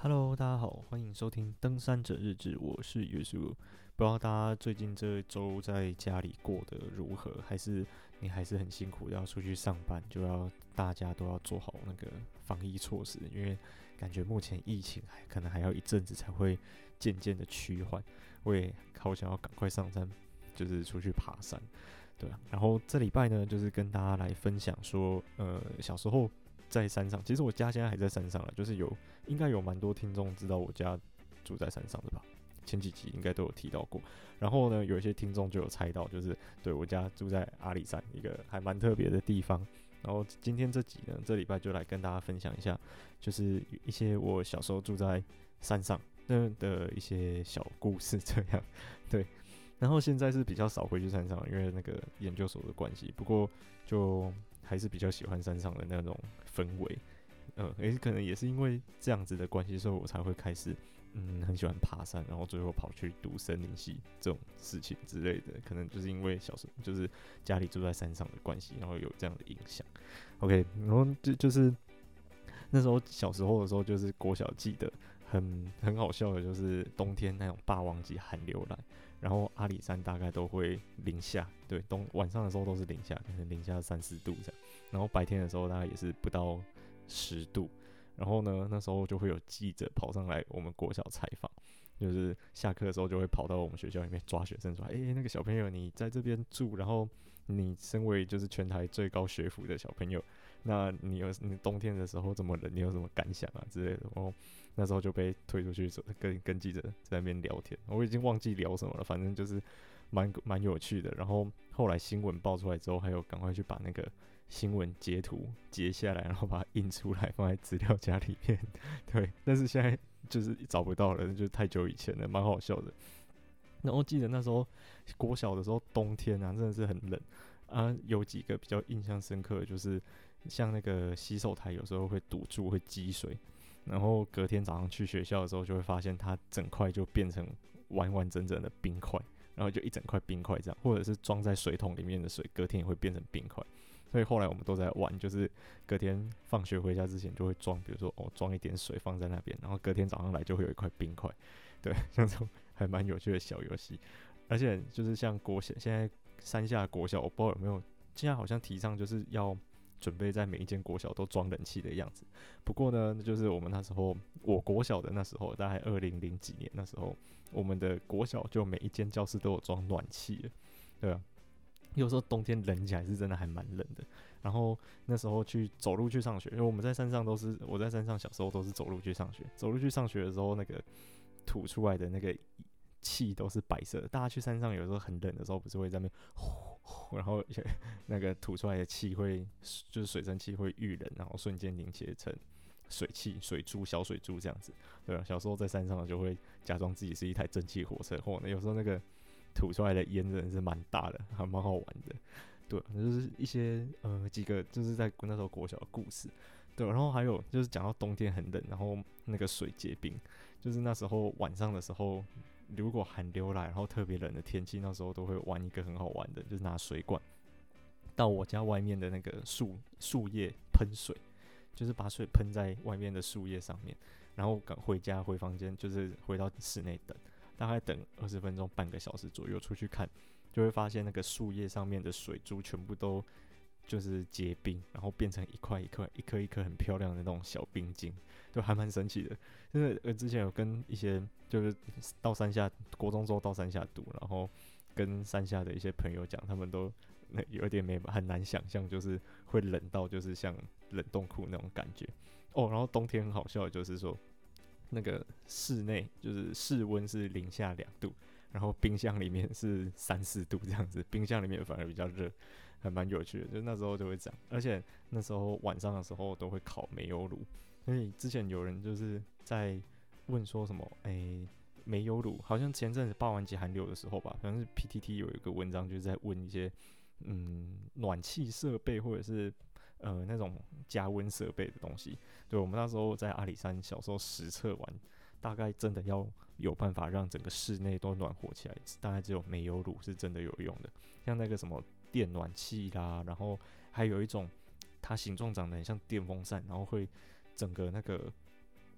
Hello，大家好，欢迎收听登山者日志，我是约叔。不知道大家最近这周在家里过得如何？还是你还是很辛苦，要出去上班，就要大家都要做好那个防疫措施，因为感觉目前疫情可能还要一阵子才会渐渐的趋缓。我也好想要赶快上山，就是出去爬山，对啊。然后这礼拜呢，就是跟大家来分享说，小时候在山上，其实我家现在还在山上了，就是应该有蛮多听众知道我家住在山上的吧？前几集应该都有提到过。然后呢，有一些听众就有猜到，就是对我家住在阿里山一个还蛮特别的地方。然后今天这集呢，这礼拜就来跟大家分享一下，就是一些我小时候住在山上的一些小故事，这样对。然后现在是比较少回去山上，因为那个研究所的关系。不过就还是比较喜欢山上的那种氛围。可能也是因为这样子的关系，所以我才会开始，很喜欢爬山，然后最后跑去读森林系这种事情之类的。可能就是因为小时候就是家里住在山上的关系，然后有这样的影响。OK，然后就是那时候小时候的时候，就是国小记得很好笑的，就是冬天那种霸王级寒流来，然后阿里山大概都会零下，对，晚上的时候都是零下，可能零下3、4度这样，然后白天的时候大概也是不到10度。然后呢，那时候就会有记者跑上来我们国小采访，就是下课的时候就会跑到我们学校里面抓学生说：那个小朋友你在这边住，然后你身为就是全台最高学府的小朋友，那你冬天的时候这么冷，你有什么感想啊之类的？然后那时候就被推出去跟记者在那边聊天，我已经忘记聊什么了，反正就是蛮有趣的。然后后来新闻爆出来之后，还有赶快去把那个新闻截图截下来，然后把它印出来放在资料夹里面。对，但是现在就是找不到了，就是太久以前了，蛮好笑的。然后记得那时候国小的时候，冬天啊真的是很冷啊，有几个比较印象深刻的，就是像那个洗手台有时候会堵住，会积水，然后隔天早上去学校的时候，就会发现它整块就变成完完整整的冰块，然后就一整块冰块这样，或者是装在水桶里面的水，隔天也会变成冰块。所以后来我们都在玩，就是隔天放学回家之前就会装，比如说装一点水放在那边，然后隔天早上来就会有一块冰块，对，像这种还蛮有趣的小游戏。而且就是像国小，现在山下国小，我不知道有没有，现在好像提倡就是要准备在每一间国小都装冷气的样子。不过呢，就是我们那时候，我国小的那时候，大概2000几年那时候，我们的国小就每一间教室都有装暖气了，对啊。有时候冬天冷起来是真的还蛮冷的，然后那时候走路去上学，因为我们在山上我在山上小时候都是走路去上学。走路去上学的时候，那个吐出来的那个气都是白色的。大家去山上有时候很冷的时候，不是会在那边呼呼，然后那个吐出来的气就是水蒸气会遇冷，然后瞬间凝结成水汽、水珠、小水珠这样子。对啊，小时候在山上就会假装自己是一台蒸汽火车，有时候那个吐出来的烟真的是蛮大的，还蛮好玩的。对，就是一些几个就是在那时候国小的故事。对，然后还有就是讲到冬天很冷，然后那个水结冰，就是那时候晚上的时候，如果寒流来，然后特别冷的天气，那时候都会玩一个很好玩的，就是拿水管到我家外面的那个树叶喷水，就是把水喷在外面的树叶上面，然后回家回房间，就是回到室内等，大概等20分钟、半个小时左右出去看，就会发现那个树叶上面的水珠全部都就是结冰，然后变成一颗一颗很漂亮的那种小冰晶，就还蛮神奇的。就是之前有跟一些就是到山下国中之后到山下读，然后跟山下的一些朋友讲，他们都有点很难想象，就是会冷到就是像冷冻库那种感觉哦。然后冬天很好笑的就是说，那个室内就是室温是零下2度，然后冰箱里面是3、4度这样子，冰箱里面反而比较热，还蛮有趣的。就那时候就会这样，而且那时候晚上的时候都会烤煤油炉，所以之前有人就是在问说什么，煤油炉好像前阵子霸王级寒流的时候吧，好像是 PTT 有一个文章就是在问一些暖气设备或者是那种加温设备的东西。对，我们那时候在阿里山小时候实测完，大概真的要有办法让整个室内都暖和起来，大概只有煤油炉是真的有用的。像那个什么电暖气啦，然后还有一种它形状长得很像电风扇，然后会整个那个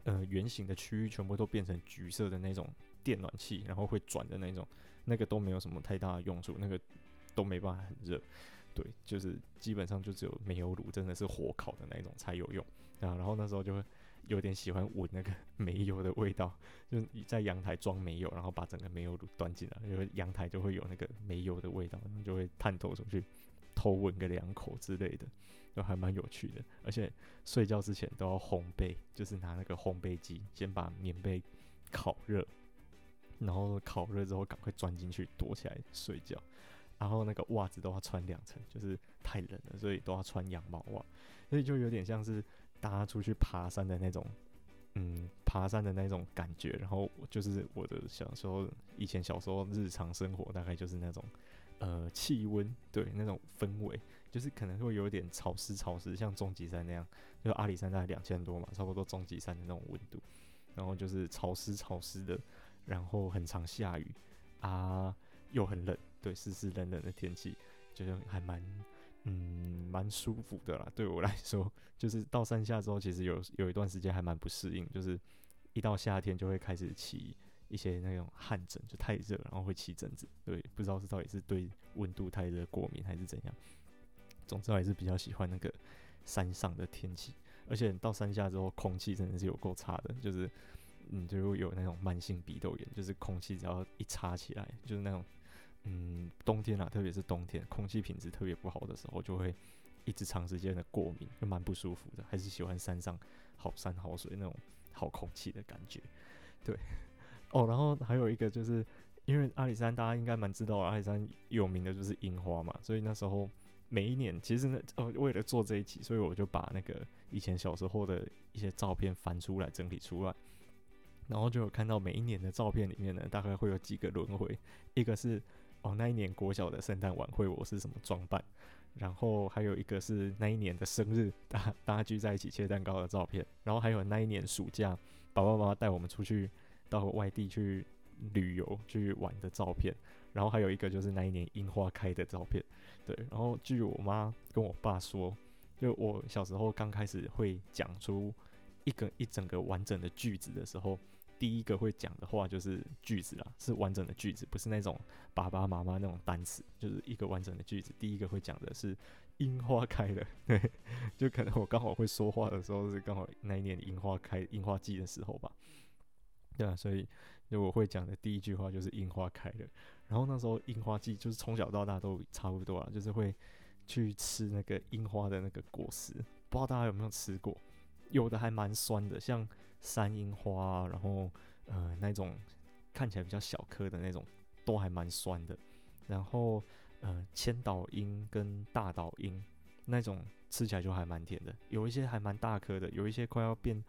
圆形的区域全部都变成橘色的那种电暖气，然后会转的那种，那个都没有什么太大的用处，那个都没办法很热。对，就是基本上就只有煤油炉真的是火烤的那种才有用啊。然后那时候就会有点喜欢闻那个煤油的味道，就是在阳台装煤油，然后把整个煤油炉端进来，因为阳台就会有那个煤油的味道，然后就会探头出去偷闻个2口之类的，就还蛮有趣的。而且睡觉之前都要烘焙，就是拿那个烘焙机先把棉被烤热，然后烤热之后赶快钻进去躲起来睡觉。然后那个袜子都要穿2层，就是太冷了，所以都要穿羊毛袜，所以就有点像是大家出去爬山的那种，爬山的那种感觉。然后就是我的以前小时候日常生活大概就是那种，气温，对，那种氛围，就是可能会有点潮湿，像终极山那样，就阿里山大概2000多嘛，差不多终极山的那种温度，然后就是潮湿的，然后很常下雨啊，又很冷。对，湿湿冷冷的天气，就是还蛮舒服的啦。对我来说，就是到山下之后，其实有一段时间还蛮不适应，就是一到夏天就会开始起一些那种汗疹，就太热，然后会起疹子。对，不知道到底是对温度太热过敏还是怎样。总之还是比较喜欢那个山上的天气，而且到山下之后，空气真的是有够差的，就是就会有那种慢性鼻窦炎，就是空气只要一插起来，就是那种。冬天啊，特别是冬天，空气品质特别不好的时候，就会一直长时间的过敏，就蛮不舒服的。还是喜欢山上好山好水那种好空气的感觉。对，然后还有一个就是，因为阿里山大家应该蛮知道，阿里山有名的就是樱花嘛，所以那时候每一年，其实为了做这一期，所以我就把那个以前小时候的一些照片翻出来整理出来。然后就有看到每一年的照片里面呢，大概会有几个轮回，一个是那一年国小的圣诞晚会我是什么装扮，然后还有一个是那一年的生日，大家聚在一起切蛋糕的照片，然后还有那一年暑假爸爸妈妈带我们出去到外地去旅游去玩的照片，然后还有一个就是那一年樱花开的照片。对，然后据我妈跟我爸说，就我小时候刚开始会讲出一整个完整的句子的时候，第一个会讲的话就是句子啦，是完整的句子，不是那种爸爸妈妈那种单词，就是一个完整的句子。第一个会讲的是樱花开了，对，就可能我刚好会说话的时候是刚好那一年樱花开樱花季的时候吧，对啊，所以就我会讲的第一句话就是樱花开了。然后那时候樱花季就是从小到大都差不多啦，就是会去吃那个樱花的那个果实，不知道大家有没有吃过？有的还蛮酸的，像山樱花啊，然后那种看起来比较小颗的那种，都还蛮酸的。然后千岛樱跟大岛樱那种吃起来就还蛮甜的，有一些还蛮大颗的，有一些快要变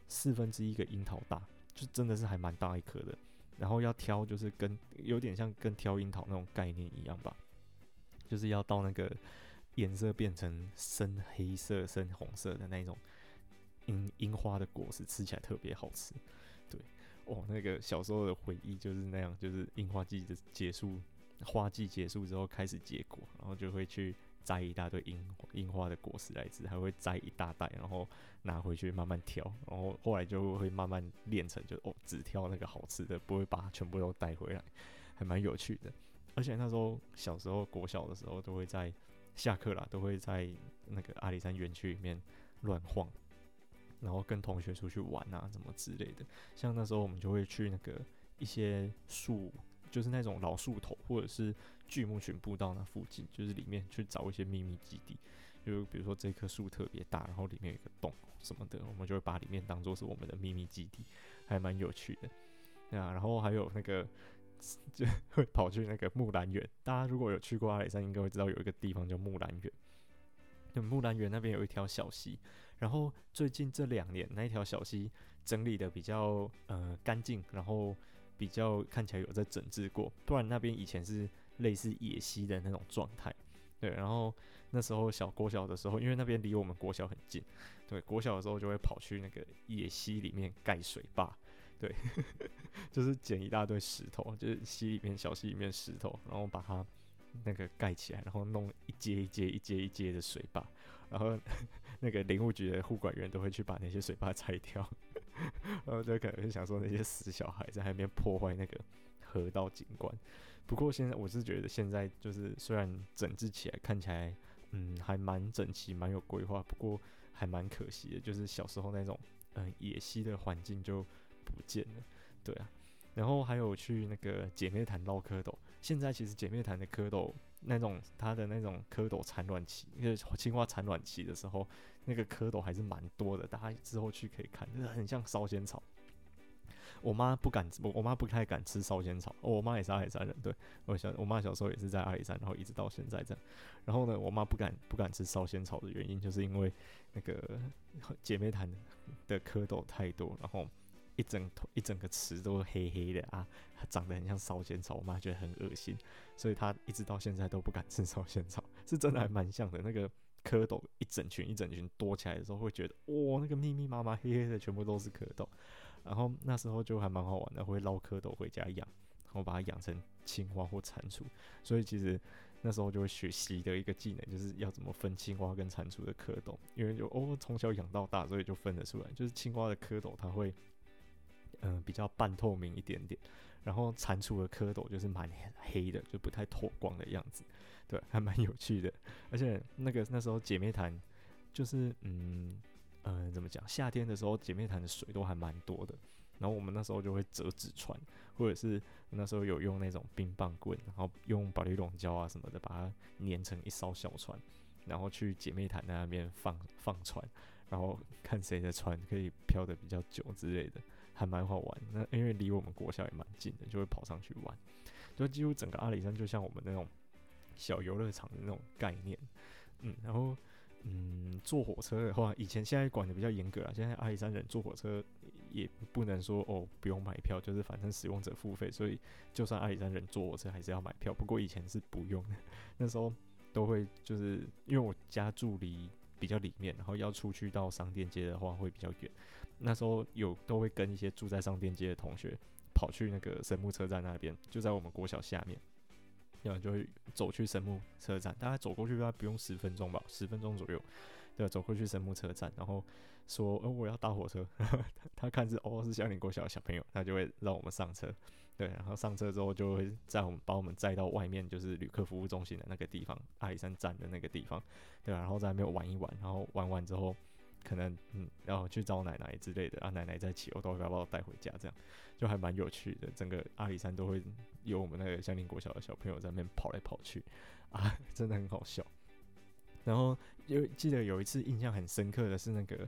1/4个樱桃大，就真的是还蛮大一颗的。然后要挑就是有点像跟挑樱桃那种概念一样吧，就是要到那个颜色变成深黑色、深红色的那种。樱花的果实吃起来特别好吃，对，那个小时候的回忆就是那样，就是樱花季的结束，花季结束之后开始结果，然后就会去摘一大堆樱花的果实来吃，还会摘一大袋，然后拿回去慢慢挑，然后后来就会慢慢练成就只挑那个好吃的，不会把它全部都带回来，还蛮有趣的。而且那时候小时候国小的时候都会在下课啦，都会在那个阿里山园区里面乱晃。然后跟同学出去玩啊，什么之类的。像那时候我们就会去那个一些树，就是那种老树头或者是巨木群步道那附近，就是里面去找一些秘密基地。就比如说这棵树特别大，然后里面有一个洞什么的，我们就会把里面当作是我们的秘密基地，还蛮有趣的。对啊，然后还有那个就会跑去那个木兰园。大家如果有去过阿里山，应该会知道有一个地方叫木兰园。就木兰园那边有一条小溪，然后最近这2年那一条小溪整理的比较干净，然后比较看起来有在整治过，不然那边以前是类似野溪的那种状态。对，然后那时候国小的时候，因为那边离我们国小很近，对，国小的时候就会跑去那个野溪里面盖水坝，对，就是捡一大堆石头，就是小溪里面石头，然后把它那个盖起来，然后弄一阶的水坝，然后那个林务局的护管员都会去把那些水坝拆掉， 然后就可能想说那些死小孩在那边破坏那个河道景观。不过现在我是觉得现在就是虽然整治起来看起来还蛮整齐蛮有规划，不过还蛮可惜的，就是小时候那种野溪的环境就不见了，对啊。然后还有去那个姐妹潭捞蝌蚪，现在其实姐妹潭的蝌蚪那种它的那种蝌蚪产卵期，因为青蛙产卵期的时候，那个蝌蚪还是蛮多的，大家之后去可以看，就是很像烧仙草。我妈不敢，我妈不太敢吃烧仙草。我妈也是阿里山人，对，我妈小时候也是在阿里山，然后一直到现在这样。然后呢，我妈不敢吃烧仙草的原因，就是因为那个姐妹潭的蝌蚪太多，然后一整个池都黑黑的啊，长得很像烧仙草，我妈觉得很恶心，所以她一直到现在都不敢吃烧仙草，是真的还蛮像的。那个蝌蚪一整群多起来的时候，会觉得哇，那个密密麻麻黑黑的全部都是蝌蚪。然后那时候就还蛮好玩的，会捞蝌蚪回家养，然后把它养成青蛙或蟾蜍。所以其实那时候就会学习的一个技能，就是要怎么分青蛙跟蟾蜍的蝌蚪，因为就从小养到大，所以就分得出来。就是青蛙的蝌蚪它会比较半透明一点点，然后蟾蜍的蝌蚪就是蛮黑的，就不太透光的样子，对，还蛮有趣的。而且那时候姐妹潭就是怎么讲？夏天的时候，姐妹潭的水都还蛮多的。然后我们那时候就会折纸船，或者是那时候有用那种冰棒棍，然后用保丽龙胶啊什么的，把它粘成一艘小船，然后去姐妹潭那边放船，然后看谁的船可以漂得比较久之类的，还蛮好玩。那因为离我们国小也蛮近的，就会跑上去玩。就几乎整个阿里山就像我们那种小游乐场的那种概念，然后。坐火车的话，现在管的比较严格啦。现在阿里山人坐火车也不能说不用买票，就是反正使用者付费，所以就算阿里山人坐火车还是要买票。不过以前是不用的，那时候都会就是因为我家住离比较里面，然后要出去到商店街的话会比较远。那时候都会跟一些住在商店街的同学跑去那个神木车站那边，就在我们国小下面。要就会走去神木车站，大概走过去大概不用10分钟吧，10分钟左右。对，走过去神木车站，然后说我要搭火车，他看是香林国小的小朋友，他就会让我们上车。对，然后上车之后就会把我们载到外面，就是旅客服务中心的那个地方，阿里山站的那个地方。对，然后在那边玩一玩，然后玩完之后。可能然后去找奶奶之类的啊，奶奶在骑，我都会把我带回家，这样就还蛮有趣的。整个阿里山都会有我们那个香林国小的小朋友在那边跑来跑去啊，真的很好笑。然后记得有一次印象很深刻的是那个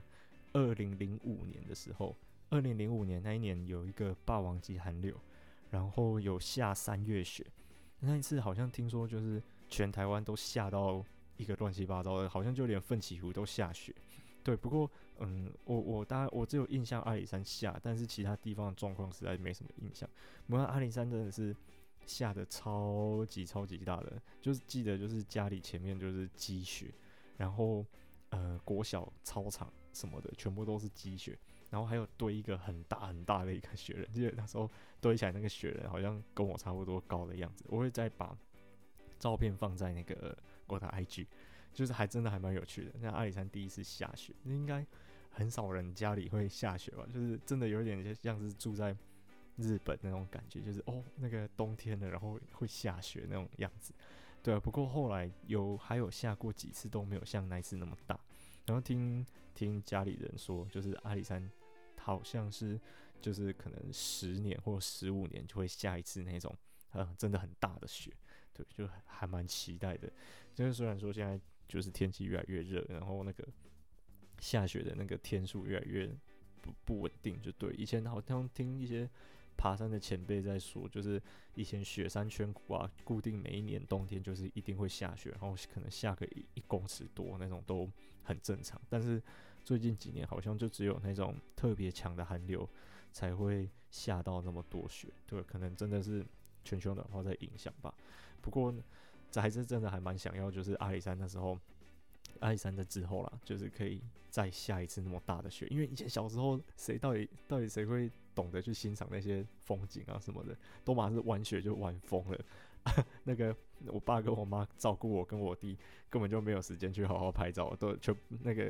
2005年的时候，2005年那一年有一个霸王级寒流，然后有下3月雪。那一次好像听说就是全台湾都下到一个乱七八糟的，好像就连奋起湖都下雪。对，不过我只有印象阿里山下，但是其他地方的状况实在没什么印象。不过阿里山真的是下的超级大的，就是记得就是家里前面就是积雪，然后国小操场什么的全部都是积雪，然后还有堆一个很大的一个雪人，记得那时候堆起来那个雪人好像跟我差不多高的样子。我会再把照片放在那个我的 IG。就是真的还蛮有趣的，像阿里山第一次下雪，应该很少人家里会下雪吧？就是真的有点像是住在日本那种感觉，就是那个冬天了，然后会下雪那种样子。对啊，不过后来还有下过几次都没有像那一次那么大。然后听家里人说，就是阿里山好像是就是可能10年或15年就会下一次那种真的很大的雪。对，就还蛮期待的。就是虽然说现在就是天气越来越热，然后那个下雪的那个天数越来越不稳定，就对。以前好像听一些爬山的前辈在说，就是以前雪山圈谷啊，固定每一年冬天就是一定会下雪，然后可能下个1公尺多那种都很正常。但是最近几年好像就只有那种特别强的寒流才会下到那么多雪，对，可能真的是全球暖化在影响吧。不过这还是真的还蛮想要，就是阿里山那时候，阿里山的之后啦，就是可以再下一次那么大的雪，因为以前小时候到底谁会懂得去欣赏那些风景啊什么的，都嘛是玩雪就玩疯了。那个我爸跟我妈照顾我跟我弟，根本就没有时间去好好拍照，都就那个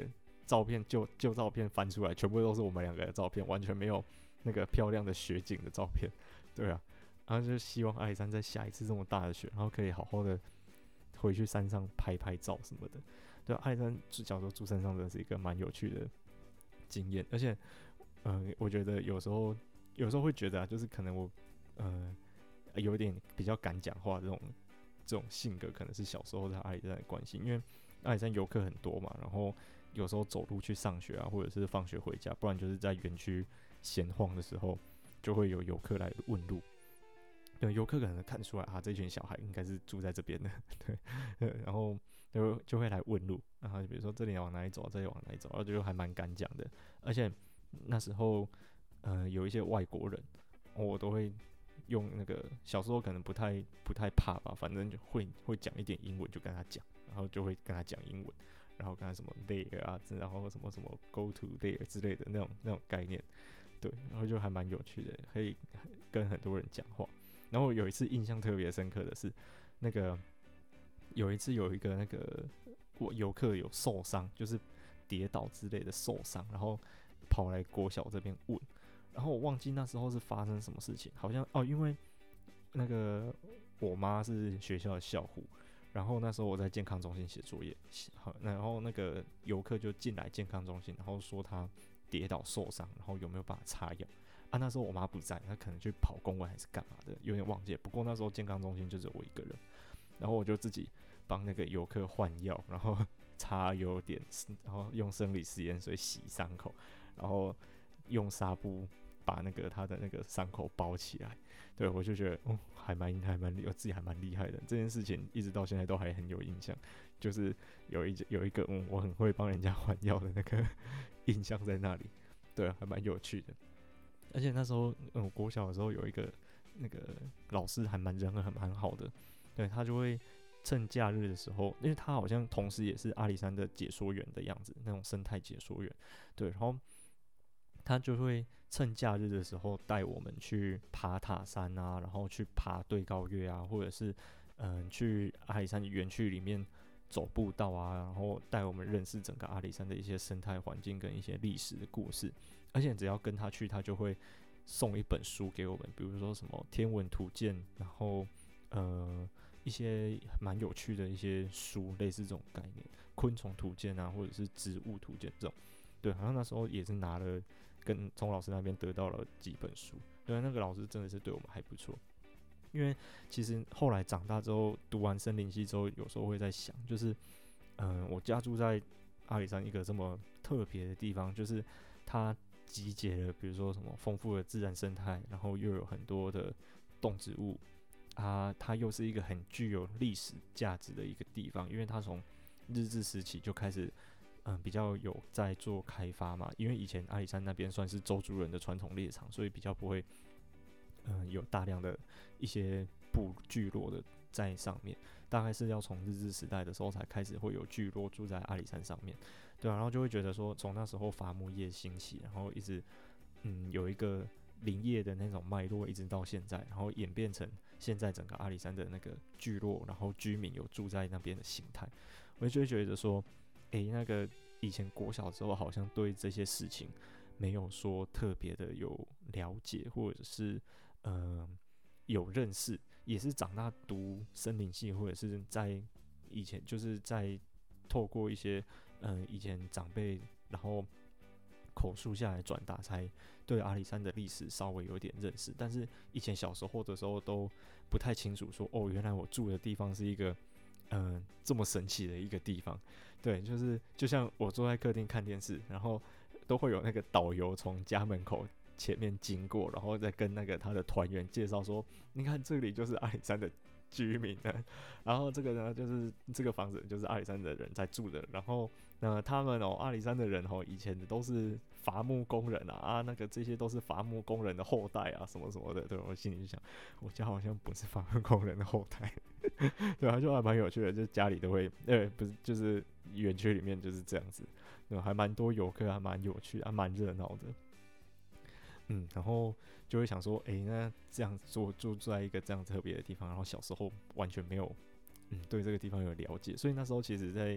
照片旧照片翻出来，全部都是我们两个的照片，完全没有那个漂亮的雪景的照片。对啊，然后就希望阿里山在下一次这么大的雪，然后可以好好的回去山上拍拍照什么的。对啊，阿里山小时候住山上真的是一个蛮有趣的经验，而且我觉得有时候会觉得啊，就是可能我有点比较敢讲话这种性格，可能是小时候在阿里山的关系，因为阿里山游客很多嘛，然后有时候走路去上学啊，或者是放学回家，不然就是在园区闲晃的时候，就会有游客来问路。对，游客可能看出来啊，这群小孩应该是住在这边的，对，然后就会来问路，然后比如说这里往哪里走，这里往哪里走，然后就还蛮敢讲的。而且那时候有一些外国人，我都会用那个小时候可能不太怕吧，反正就会讲一点英文就跟他讲，然后就会跟他讲英文，然后跟他什么 there 啊，然后什么 go to there 之类的那种概念，对，然后就还蛮有趣的，可以跟很多人讲话。然后有一次印象特别深刻的是，那个有一次有一个那个游客有受伤，就是跌倒之类的受伤，然后跑来国小这边问，然后我忘记那时候是发生什么事情，好像因为那个我妈是学校的校护，然后那时候我在健康中心写作业，然后那个游客就进来健康中心，然后说他跌倒受伤，然后有没有办法擦药。啊，那时候我妈不在，她可能去跑公文还是干嘛的，有点忘记了。不过那时候健康中心就只有我一个人，然后我就自己帮那个游客换药，然后擦油点，然后用生理食盐水洗伤口，然后用纱布把他的那个伤口包起来。对，我就觉得，还蛮我自己还蛮厉害的。这件事情一直到现在都还很有印象，就是有一个我很会帮人家换药的那个印象在那里。对，还蛮有趣的。而且那时候，国小的时候有一个那个老师还人很蛮好的，对，他就会趁假日的时候，因为他好像同时也是阿里山的解说员的样子，那种生态解说员，对，然后他就会趁假日的时候带我们去爬塔山啊，然后去爬对高岳啊，或者是去阿里山园区里面走步道啊，然后带我们认识整个阿里山的一些生态环境跟一些历史的故事。而且只要跟他去，他就会送一本书给我们，比如说什么天文图鉴，然后一些蛮有趣的一些书，类似这种概念，昆虫图鉴啊，或者是植物图鉴这种。对，好像那时候也是拿了从老师那边得到了几本书。对，那个老师真的是对我们还不错。因为其实后来长大之后，读完森林系之后，有时候会在想，就是我家住在阿里山一个这么特别的地方，就是它集结了比如说什么丰富的自然生态，然后又有很多的动植物啊，它又是一个很具有历史价值的一个地方，因为它从日治时期就开始比较有在做开发嘛，因为以前阿里山那边算是周族人的传统猎场，所以比较不会有大量的一些聚落的在上面，大概是要从日治时代的时候才开始会有聚落住在阿里山上面，对啊，然后就会觉得说，从那时候伐木业兴起，然后一直有一个林业的那种脉络，一直到现在，然后演变成现在整个阿里山的那个聚落，然后居民有住在那边的形态，我就会觉得说，那个以前国小之后好像对这些事情没有说特别的有了解，或者是有认识，也是长大读森林系，或者是在以前就是在透过一些以前长辈然后口述下来转达，才对阿里山的历史稍微有点认识。但是以前小时候的时候都不太清楚说，原来我住的地方是一个这么神奇的一个地方。对，就像我坐在客厅看电视，然后都会有那个导游从家门口前面经过，然后再跟那个他的团员介绍说，你看这里就是阿里山的居民呢，然后这个呢就是这个房子就是阿里山的人在住的，然后他们阿里山的人以前的都是伐木工人啊，那个这些都是伐木工人的后代啊，什么什么的。对，我心里就想，我家好像不是伐木工人的后代，对啊，就还蛮有趣的，就是家里都会，不是，就是园区里面就是这样子，对，还蛮多游客，还蛮有趣，还蛮热闹的。然后就会想说，那这样住在一个这样特别的地方，然后小时候完全没有，对这个地方有了解，所以那时候其实在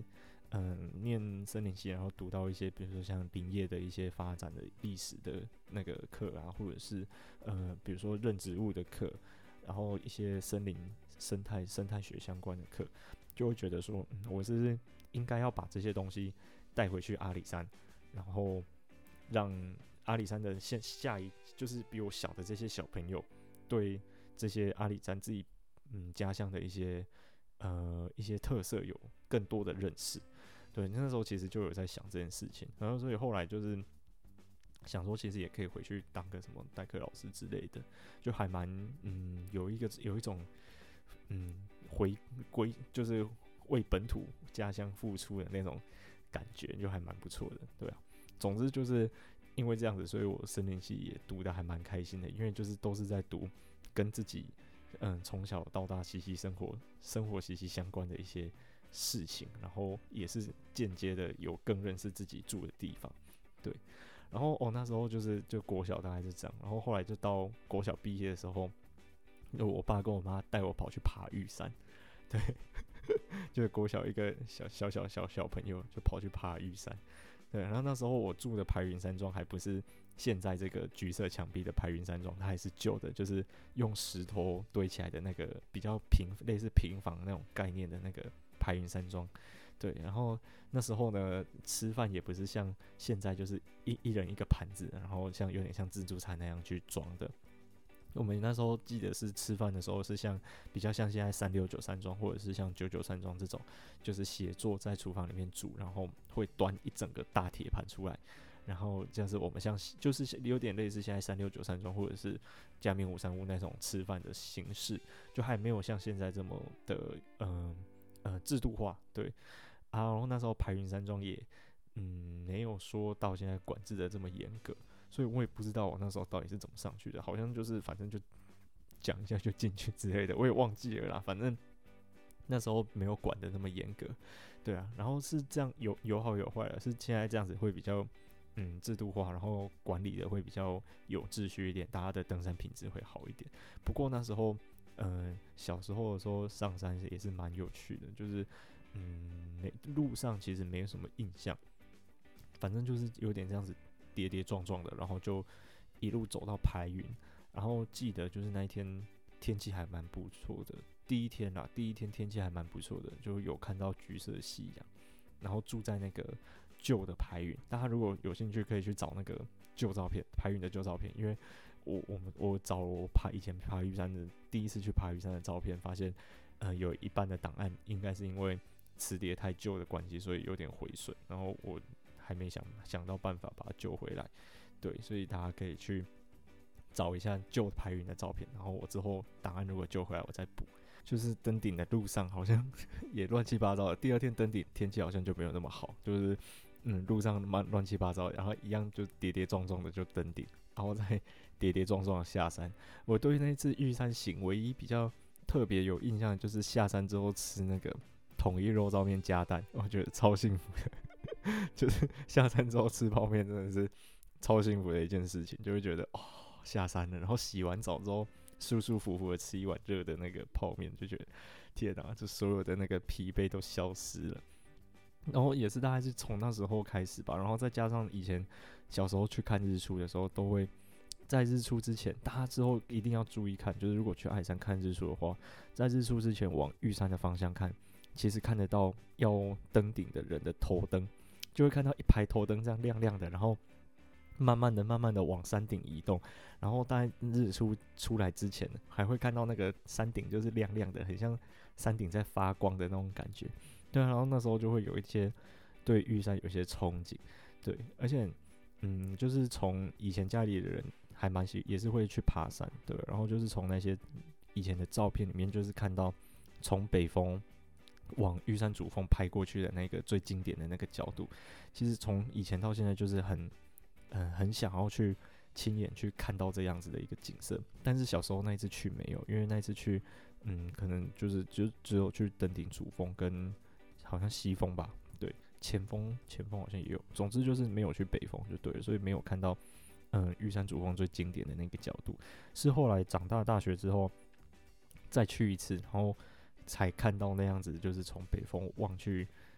念森林系，然后读到一些比如说像林业的一些发展的历史的那个课啊，或者是比如说认植物的课，然后一些森林生态学相关的课，就会觉得说，我是应该要把这些东西带回去阿里山，然后让阿里山的就是比我小的这些小朋友，对这些阿里山自己家乡的一些特色有更多的认识。对，那时候其实就有在想这件事情，然后所以后来就是想说，其实也可以回去当个什么代课老师之类的，就还蛮有一种回归，就是为本土家乡付出的那种感觉，就还蛮不错的，对啊。总之就是因为这样子，所以我森林系也读得还蛮开心的，因为就是都是在读跟自己从小到大生活息息相关的一些事情，然后也是间接的有更认识自己住的地方，对。然后那时候就国小大概是这样，然后后来就到国小毕业的时候，就我爸跟我妈带我跑去爬玉山，对，就是国小一个小朋友就跑去爬玉山，对。然后那时候我住的排云山庄还不是现在这个橘色墙壁的排云山庄，它还是旧的，就是用石头堆起来的那个比较类似平房那种概念的那个排云山庄。对，然后那时候呢，吃饭也不是像现在就是一人一个盘子，然后有点像自助餐那样去装的。我们那时候记得是吃饭的时候是比较像现在369山庄或者是像993山庄这种，就是协作在厨房里面煮，然后会端一整个大铁盘出来，然后这样是我们就是有点类似现在369山庄或者是嘉明535那种吃饭的形式，就还没有像现在这么的制度化，对。然后那时候排云山庄也没有说到现在管制的这么严格，所以我也不知道我那时候到底是怎么上去的，好像就是反正就讲一下就进去之类的，我也忘记了啦。反正那时候没有管的那么严格，对啊。然后是这样有好有坏的，是现在这样子会比较制度化，然后管理的会比较有秩序一点，大家的登山品质会好一点。不过那时候小时候的时候上山也是蛮有趣的，就是路上其实没有什么印象，反正就是有点这样子跌跌撞撞的，然后就一路走到排云。然后记得就是那一天天气还蛮不错的，第一天天气还蛮不错的，就有看到橘色夕阳。然后住在那个旧的排云，大家如果有兴趣可以去找那个旧照片，排云的旧照片，因为我找我以前爬玉山的第一次去爬玉山的照片，发现有一半的档案应该是因为磁碟太旧的关系，所以有点毁损，然后我还没想到办法把它救回来，对，所以大家可以去找一下旧排云的照片，然后我之后档案如果救回来我再补。就是登顶的路上好像也乱七八糟的，第二天登顶天气好像就没有那么好，就是路上蛮乱七八糟的，然后一样就跌跌撞撞的就登顶，然后再跌跌撞撞的下山。我对那次玉山行唯一比较特别有印象的就是下山之后吃那个统一肉燥面加蛋，我觉得超幸福的就是下山之后吃泡面真的是超幸福的一件事情，就会觉得下山了，然后洗完澡之后舒舒服服的吃一碗热的那个泡面，就觉得天哪，就所有的那个疲惫都消失了。然后也是大概是从那时候开始吧，然后再加上以前小时候去看日出的时候，都会在日出之前，大家之后一定要注意看，就是如果去阿里山看日出的话，在日出之前往玉山的方向看，其实看得到要登顶的人的头灯，就会看到一排头灯这样亮亮的，然后慢慢的往山顶移动，然后在日出出来之前，还会看到那个山顶就是亮亮的，很像山顶在发光的那种感觉。对啊，然后那时候就会有一些对玉山有一些憧憬，对，而且就是从以前家里的人还也是会去爬山，对，然后就是从那些以前的照片里面，就是看到从北峰往玉山主峰拍过去的那个最经典的那个角度，其实从以前到现在就是很想要去亲眼去看到这样子的一个景色，但是小时候那一次去没有，因为那一次去可能就只有去登顶主峰跟好像西峰吧，对，前峰好像也有，总之就是没有去北峰就对了，所以没有看到玉山主峰最经典的那个角度，是后来长大学之后再去一次，然后才看到那样子，就是从北峰望去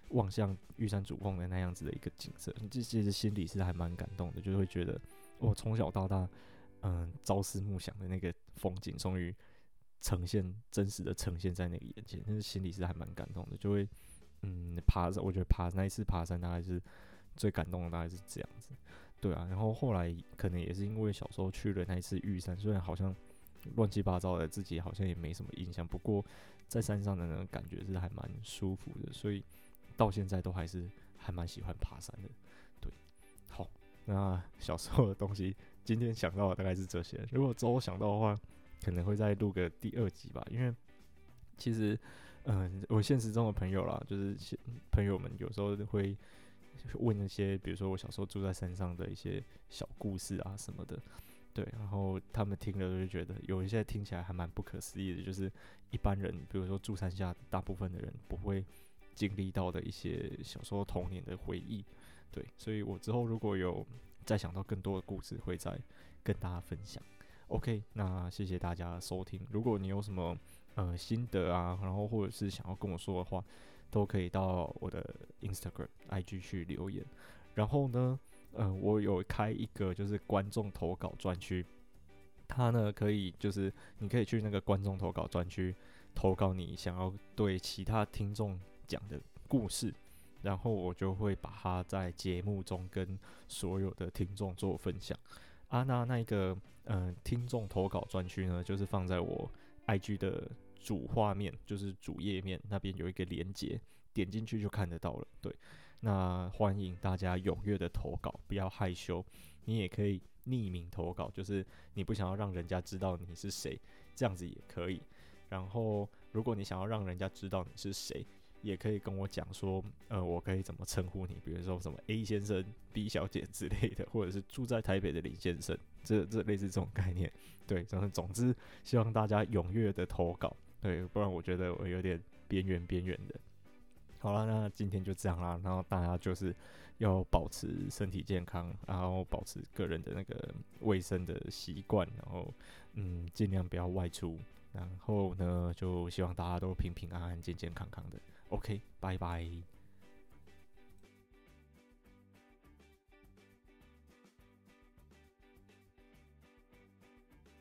望向玉山主峰的那样子的一个景色，其实心里是还蛮感动的，就是会觉得我从小到大，朝思暮想的那个风景，终于真实的呈现在那个眼前，但是心里是还蛮感动的，就会我觉得那一次爬山大概是最感动的，大概是这样子，对啊，然后后来可能也是因为小时候去了那一次玉山，虽然好像乱七八糟的，自己好像也没什么印象，不过在山上的那种感觉是还蛮舒服的，所以到现在都还蛮喜欢爬山的。对，好，那小时候的东西，今天想到的大概是这些。如果之后想到的话，可能会再录个第2集吧，因为其实，我现实中的朋友啦，就是朋友们有时候会问一些，比如说我小时候住在山上的一些小故事啊什么的，对，然后他们听了就觉得有一些听起来还蛮不可思议的，就是一般人，比如说住山下，大部分的人不会经历到的一些小时候童年的回忆，对，所以我之后如果有再想到更多的故事，会再跟大家分享。OK，那谢谢大家的收听。如果你有什么心得啊，然后或者是想要跟我说的话，都可以到我的 Instagram、IG 去留言。然后呢，我有开一个就是观众投稿专区，它呢就是你可以去那个观众投稿专区投稿你想要对其他听众讲的故事，然后我就会把它在节目中跟所有的听众做分享。那一个听众投稿专区呢，就是放在我 IG 的主画面，就是主页面那边有一个连结，点进去就看得到了。对，那欢迎大家踊跃的投稿，不要害羞，你也可以匿名投稿，就是你不想要让人家知道你是谁，这样子也可以。然后，如果你想要让人家知道你是谁，也可以跟我讲说，我可以怎么称呼你，比如说什么 A 先生、B 小姐之类的，或者是住在台北的李先生，这类似这种概念。对，总之希望大家踊跃的投稿，对，不然我觉得我有点边缘的。好了，那今天就这样啦，然后大家就是要保持身体健康，然后保持个人的那个卫生的习惯，然后尽量不要外出，然后呢就希望大家都平平安安、健健康康的。OK，拜拜。